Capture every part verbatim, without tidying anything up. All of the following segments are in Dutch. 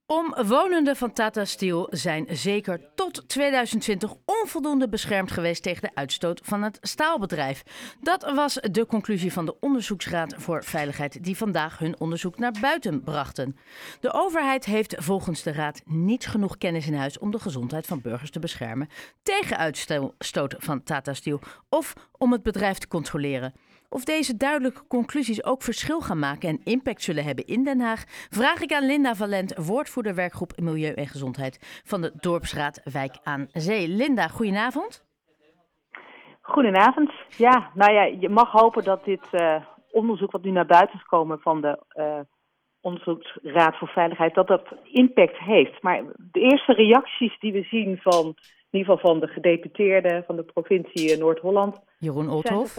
Omwonenden van Tata Steel zijn zeker tot tweeduizend twintig onvoldoende beschermd geweest tegen de uitstoot van het staalbedrijf. Dat was de conclusie van de Onderzoeksraad voor Veiligheid die vandaag hun onderzoek naar buiten brachten. De overheid heeft volgens de raad niet genoeg kennis in huis om de gezondheid van burgers te beschermen tegen uitstoot van Tata Steel of om het bedrijf te controleren. Of deze duidelijke conclusies ook verschil gaan maken en impact zullen hebben in Den Haag, vraag ik aan Linda Valent, woordvoerder werkgroep Milieu en Gezondheid van de Dorpsraad Wijk aan Zee. Linda, goedenavond. Goedenavond. Ja, nou ja, je mag hopen dat dit uh, onderzoek wat nu naar buiten is gekomen van de uh, Onderzoeksraad voor Veiligheid, dat dat impact heeft. Maar de eerste reacties die we zien van, in ieder geval van de gedeputeerde van de provincie Noord-Holland, Jeroen Olthoff.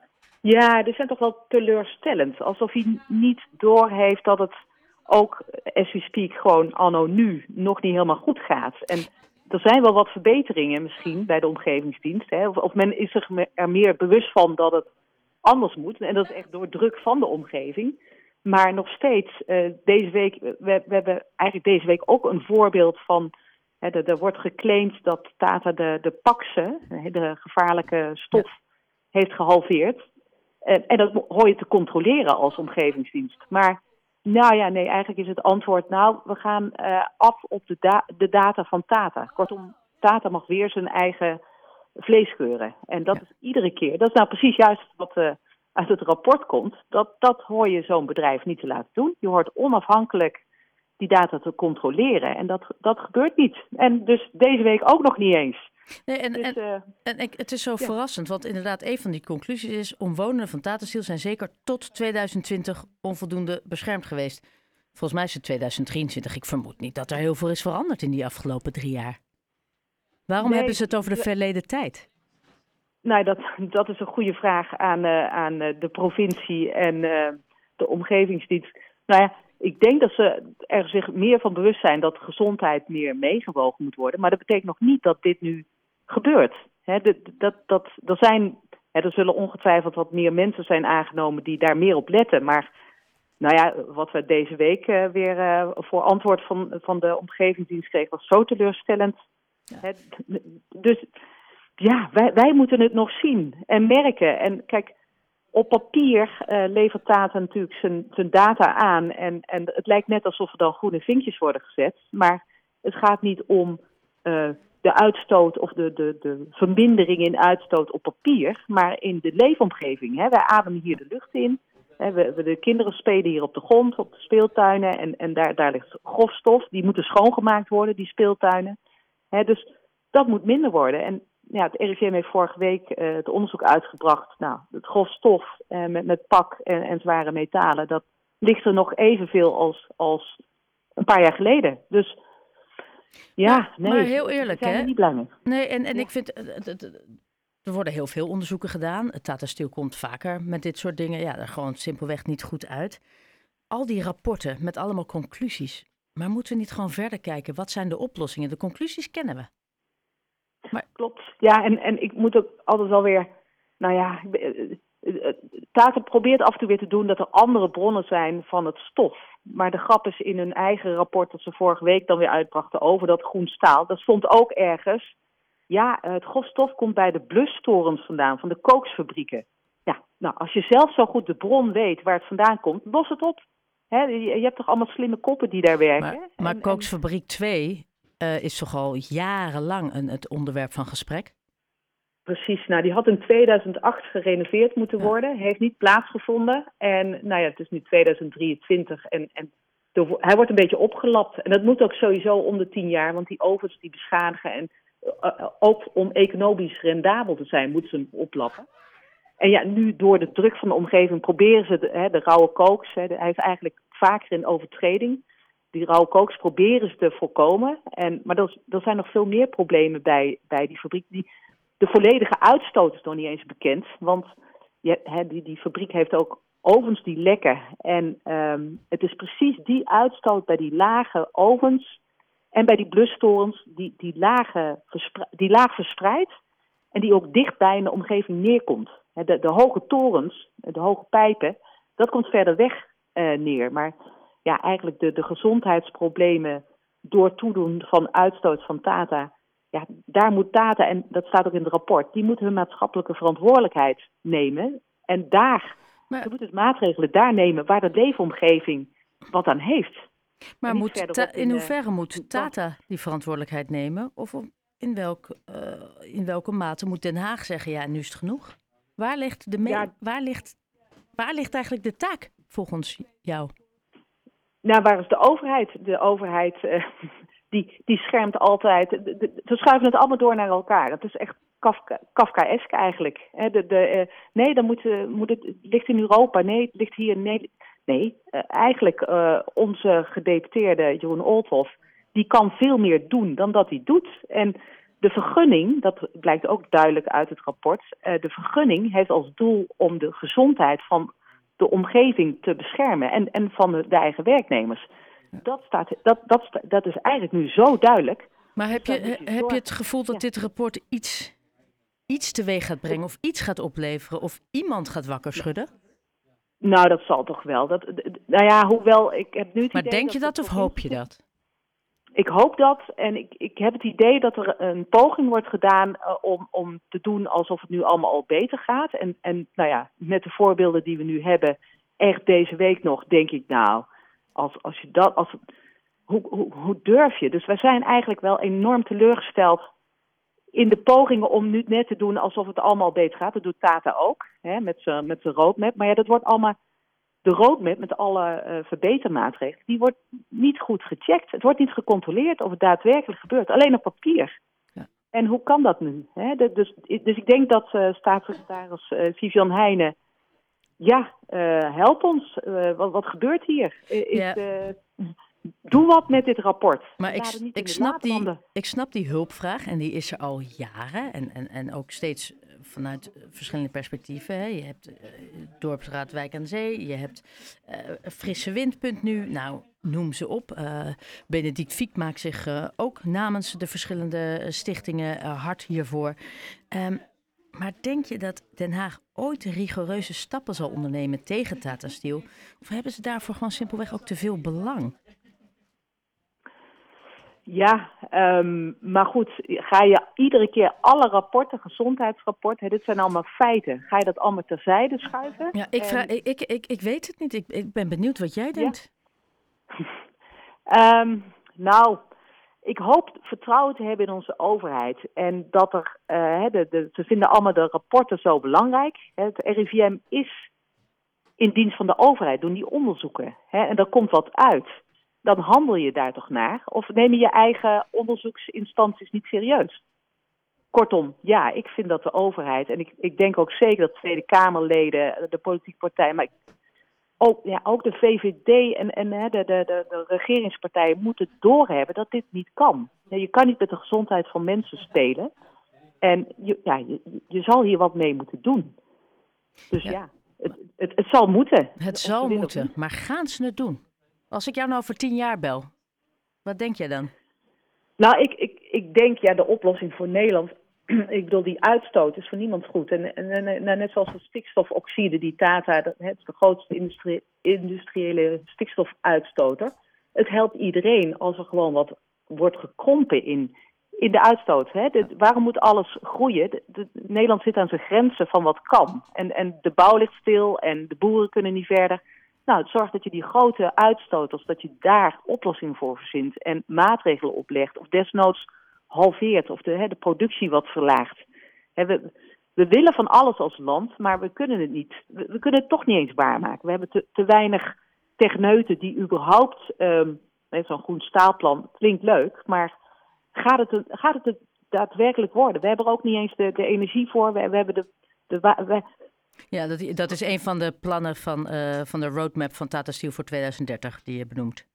Ja, die zijn toch wel teleurstellend. Alsof hij niet doorheeft dat het ook, as we speak, gewoon anno nu nog niet helemaal goed gaat. En er zijn wel wat verbeteringen misschien bij de omgevingsdienst. Hè? Of, of men is zich er meer bewust van dat het anders moet. En dat is echt door druk van de omgeving. Maar nog steeds, uh, deze week, we, we hebben eigenlijk deze week ook een voorbeeld van, hè, de, er wordt geclaimd dat Tata de, de Paxe, de gevaarlijke stof, ja, heeft gehalveerd. En, en dat hoor je te controleren als omgevingsdienst. Maar nou ja, nee, eigenlijk is het antwoord, nou, we gaan uh, af op de, da- de data van Tata. Kortom, Tata mag weer zijn eigen vlees keuren. En dat ja. is iedere keer, dat is nou precies juist wat uh, uit het rapport komt. Dat, dat hoor je zo'n bedrijf niet te laten doen. Je hoort onafhankelijk die data te controleren. En dat, dat gebeurt niet. En dus deze week ook nog niet eens. Nee, en, dus, en, uh, en ik, het is zo ja. verrassend, want inderdaad een van die conclusies is, omwonenden van Tata Steel zijn zeker tot tweeduizend twintig onvoldoende beschermd geweest. Volgens mij is het tweeduizend drieëntwintig. Ik vermoed niet dat er heel veel is veranderd in die afgelopen drie jaar. Waarom nee, hebben ze het over de verleden tijd? Nou, dat, dat is een goede vraag aan, uh, aan uh, de provincie en uh, de omgevingsdienst. Nou ja, ik denk dat ze er zich meer van bewust zijn dat gezondheid meer meegewogen moet worden. Maar dat betekent nog niet dat dit nu gebeurt. He, dat, dat, dat, er, zijn, he, er zullen ongetwijfeld wat meer mensen zijn aangenomen die daar meer op letten. Maar nou ja, wat we deze week uh, weer uh, voor antwoord van, van de omgevingsdienst kregen was zo teleurstellend. Ja. He, dus ja, wij, wij moeten het nog zien en merken. En kijk, op papier uh, levert Tata natuurlijk zijn, zijn data aan en, en het lijkt net alsof er dan groene vinkjes worden gezet. Maar het gaat niet om uh, de uitstoot of de, de, de vermindering in uitstoot op papier, maar in de leefomgeving. Hè. Wij ademen hier de lucht in. Hè. We, we, de kinderen spelen hier op de grond, op de speeltuinen en, en daar, daar ligt grofstof. Die moeten schoongemaakt worden, die speeltuinen. Hè, dus dat moet minder worden. En ja, het R I V M heeft vorige week uh, het onderzoek uitgebracht. Nou, het grofstof uh, met, met pak en, en zware metalen, dat ligt er nog evenveel als, als een paar jaar geleden. Dus ja, maar, nee, maar heel eerlijk, zijn hè? er niet blij mee. Nee, en, en ja. ik vind, er worden heel veel onderzoeken gedaan. Tata Steel komt vaker met dit soort dingen, ja, er gewoon simpelweg niet goed uit. Al die rapporten met allemaal conclusies. Maar moeten we niet gewoon verder kijken? Wat zijn de oplossingen? De conclusies kennen we. Maar klopt. Ja, en, en ik moet ook altijd wel weer, nou ja, Tata probeert af en toe weer te doen dat er andere bronnen zijn van het stof. Maar de grap is in hun eigen rapport dat ze vorige week dan weer uitbrachten over dat groen staal. Dat stond ook ergens, ja, het grofstof komt bij de blustorens vandaan, van de kooksfabrieken. Ja, nou, als je zelf zo goed de bron weet waar het vandaan komt, los het op. He, je, je hebt toch allemaal slimme koppen die daar werken. Maar, maar en, Kooksfabriek twee uh, is toch al jarenlang een, het onderwerp van gesprek? Precies, nou die had in tweeduizend acht gerenoveerd moeten ja. worden, heeft niet plaatsgevonden en nou ja, het is nu tweeduizend drieëntwintig en, en de, hij wordt een beetje opgelapt en dat moet ook sowieso om de tien jaar, want die ovens die beschadigen en uh, ook om economisch rendabel te zijn moeten ze hem oplappen. En ja, nu door de druk van de omgeving proberen ze de, hè, de rauwe kooks, hè, de, hij is eigenlijk vaker in overtreding, die rauwe kooks proberen ze te voorkomen, en, maar er, er zijn nog veel meer problemen bij, bij die fabriek. Die, De volledige uitstoot is nog niet eens bekend, want ja, he, die, die fabriek heeft ook ovens die lekken. En um, het is precies die uitstoot bij die lage ovens en bij die blustorens die, die, lage verspre- die laag verspreidt en die ook dichtbij in de omgeving neerkomt. He, de, de hoge torens, de hoge pijpen, dat komt verder weg uh, neer. Maar ja, eigenlijk de, de gezondheidsproblemen door toedoen van uitstoot van Tata, ja, daar moet Tata, en dat staat ook in het rapport, die moeten hun maatschappelijke verantwoordelijkheid nemen. En daar, Maar, ze moeten dus maatregelen daar nemen waar de leefomgeving wat aan heeft. maar moet ta- in, in hoeverre uh, moet Tata die verantwoordelijkheid nemen? Of in, welk, uh, in welke mate moet Den Haag zeggen, ja, nu is het genoeg? Waar ligt, de me- ja, waar ligt, waar ligt eigenlijk de taak volgens jou? Nou, waar is de overheid? De overheid uh, die, die schermt altijd. De, de, ze schuiven het allemaal door naar elkaar. Het is echt Kafka, Kafkaesk eigenlijk. He, de, de, uh, nee, dan moet, uh, moet het, het ligt in Europa. Nee, het ligt hier. Nee, nee uh, eigenlijk uh, onze gedeputeerde Jeroen Oldhoff, die kan veel meer doen dan dat hij doet. En de vergunning, dat blijkt ook duidelijk uit het rapport, uh, de vergunning heeft als doel om de gezondheid van de omgeving te beschermen en, en van de, de eigen werknemers. Dat, staat, dat, dat, dat is eigenlijk nu zo duidelijk. Maar heb je, je heb je het gevoel dat ja. dit rapport iets, iets teweeg gaat brengen of iets gaat opleveren of iemand gaat wakker schudden? Nou, dat zal toch wel. Dat, nou ja, hoewel ik heb nu het maar idee denk je dat, dat of hoop je dat? Ik hoop dat en ik, ik heb het idee dat er een poging wordt gedaan uh, om, om te doen alsof het nu allemaal al beter gaat. En, en nou ja, met de voorbeelden die we nu hebben, echt deze week nog, denk ik nou, als, als je dat, als, hoe, hoe, hoe durf je? Dus wij zijn eigenlijk wel enorm teleurgesteld in de pogingen om nu net te doen alsof het allemaal beter gaat. Dat doet Tata ook, hè, met zijn met zijn roadmap. Maar ja, dat wordt allemaal... De roadmap met alle uh, verbetermaatregelen, die wordt niet goed gecheckt. Het wordt niet gecontroleerd of het daadwerkelijk gebeurt. Alleen op papier. Ja. En hoe kan dat nu? Hè? De, dus, dus ik denk dat uh, staatssecretaris uh, Vivian Heijnen... Ja, uh, help ons. Uh, wat, wat gebeurt hier? Uh, ja. is, uh, doe wat met dit rapport. Maar ik, ik, snap die, ik snap die hulpvraag en die is er al jaren. En, en, en ook steeds vanuit verschillende perspectieven. Hè. Je hebt uh, Dorpsraad Wijk aan Zee. Je hebt uh, Frisse Windpunt nu. Nou, noem ze op. Uh, Benedict Fiek maakt zich uh, ook namens de verschillende stichtingen uh, hard hiervoor. Um, maar denk je dat Den Haag ooit rigoureuze stappen zal ondernemen tegen Tata Steel? Of hebben ze daarvoor gewoon simpelweg ook te veel belang? Ja, um, maar goed, ga je iedere keer alle rapporten, gezondheidsrapporten, dit zijn allemaal feiten, ga je dat allemaal terzijde schuiven? Ja, ik, vraag, en... ik, ik, ik, ik weet het niet. Ik, ik ben benieuwd wat jij denkt. Ja. um, nou, ik hoop vertrouwen te hebben in onze overheid. En dat er, uh, de, de, ze vinden allemaal de rapporten zo belangrijk. Het R I V M is in dienst van de overheid, doen die onderzoeken. Hè, en er komt wat uit. Dan handel je daar toch naar? Of neem je je eigen onderzoeksinstanties niet serieus? Kortom, ja, ik vind dat de overheid, en ik, ik denk ook zeker dat Tweede Kamerleden, de politieke partijen, maar ook, ja, ook de V V D en, en de, de, de, de regeringspartijen moeten doorhebben dat dit niet kan. Je kan niet met de gezondheid van mensen spelen. En je, ja, je, je zal hier wat mee moeten doen. Dus ja, ja het, het, het zal moeten. Het zal moeten, maar gaan ze het doen? Als ik jou nou voor tien jaar bel, wat denk jij dan? Nou, ik, ik, ik denk, ja, de oplossing voor Nederland, ik bedoel, die uitstoot is voor niemand goed. En, en, en net zoals de stikstofoxide, die Tata, dat is de grootste industrie, industriële stikstofuitstoter. Het helpt iedereen als er gewoon wat wordt gekrompen in, in de uitstoot. Hè? De, waarom moet alles groeien? De, de, Nederland zit aan zijn grenzen van wat kan. En, en de bouw ligt stil en de boeren kunnen niet verder. Nou, het zorgt dat je die grote uitstoters, dat je daar oplossingen voor verzint en maatregelen oplegt. Of desnoods halveert of de, hè, de productie wat verlaagt. Hè, we, we willen van alles als land, maar we kunnen het niet. We, we kunnen het toch niet eens waarmaken. We hebben te, te weinig techneuten die überhaupt, um, zo'n groen staalplan klinkt leuk, maar gaat het, gaat het, het daadwerkelijk worden? We hebben er ook niet eens de, de energie voor. We, we hebben de... de we, Ja, dat, dat is een van de plannen van, uh, van de roadmap van Tata Steel voor tweeduizend dertig die je benoemt.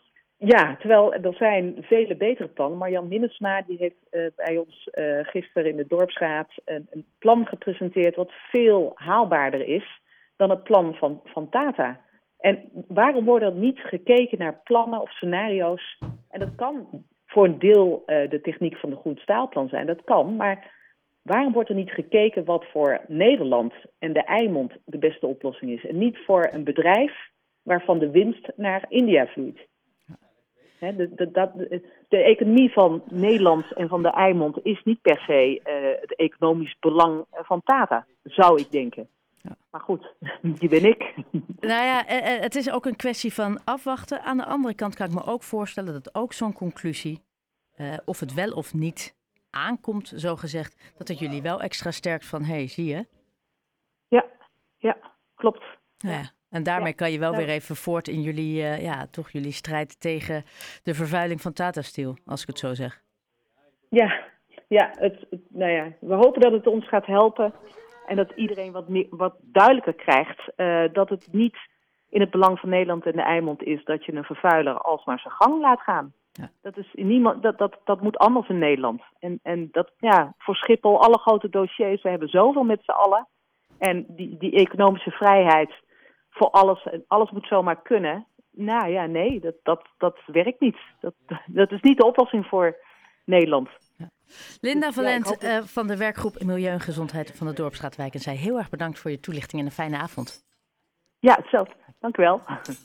Ja, terwijl er zijn vele betere plannen. Marjan Minnesma die heeft uh, bij ons uh, gisteren in de dorpsraad een, een plan gepresenteerd wat veel haalbaarder is dan het plan van, van Tata. En waarom wordt er niet gekeken naar plannen of scenario's? En dat kan voor een deel uh, de techniek van de groen staalplan zijn, dat kan, maar waarom wordt er niet gekeken wat voor Nederland en de Eimond de beste oplossing is? En niet voor een bedrijf waarvan de winst naar India vloeit. Hè, de, de, dat, de economie van Nederland en van de Eimond is niet per se uh, het economisch belang van Tata, zou ik denken. Ja. Maar goed, die ben ik. Nou ja, het is ook een kwestie van afwachten. Aan de andere kant kan ik me ook voorstellen dat ook zo'n conclusie, uh, of het wel of niet aankomt, zogezegd, dat het jullie wel extra sterkt van, hé, hey, zie je? Ja, ja, klopt. Ja. Ja. En daarmee ja. kan je wel ja. weer even voort in jullie, uh, ja, toch jullie strijd tegen de vervuiling van Tata Steel, als ik het zo zeg. Ja, ja, het, het, nou ja, we hopen dat het ons gaat helpen en dat iedereen wat, meer, wat duidelijker krijgt uh, dat het niet in het belang van Nederland en de Eimond is dat je een vervuiler alsmaar zijn gang laat gaan. Ja. Dat, is niemand, dat, dat, dat moet anders in Nederland. En, en dat, ja, voor Schiphol, alle grote dossiers, we hebben zoveel met z'n allen. En die, die economische vrijheid voor alles, alles moet zomaar kunnen. Nou ja, nee, dat, dat, dat werkt niet. Dat, dat is niet de oplossing voor Nederland. Ja. Linda dus, Valent ja, dat... uh, van de werkgroep Milieu en Gezondheid van de Dorpsstraatwijk. En zij heel erg bedankt voor je toelichting en een fijne avond. Ja, hetzelfde. Dank u wel.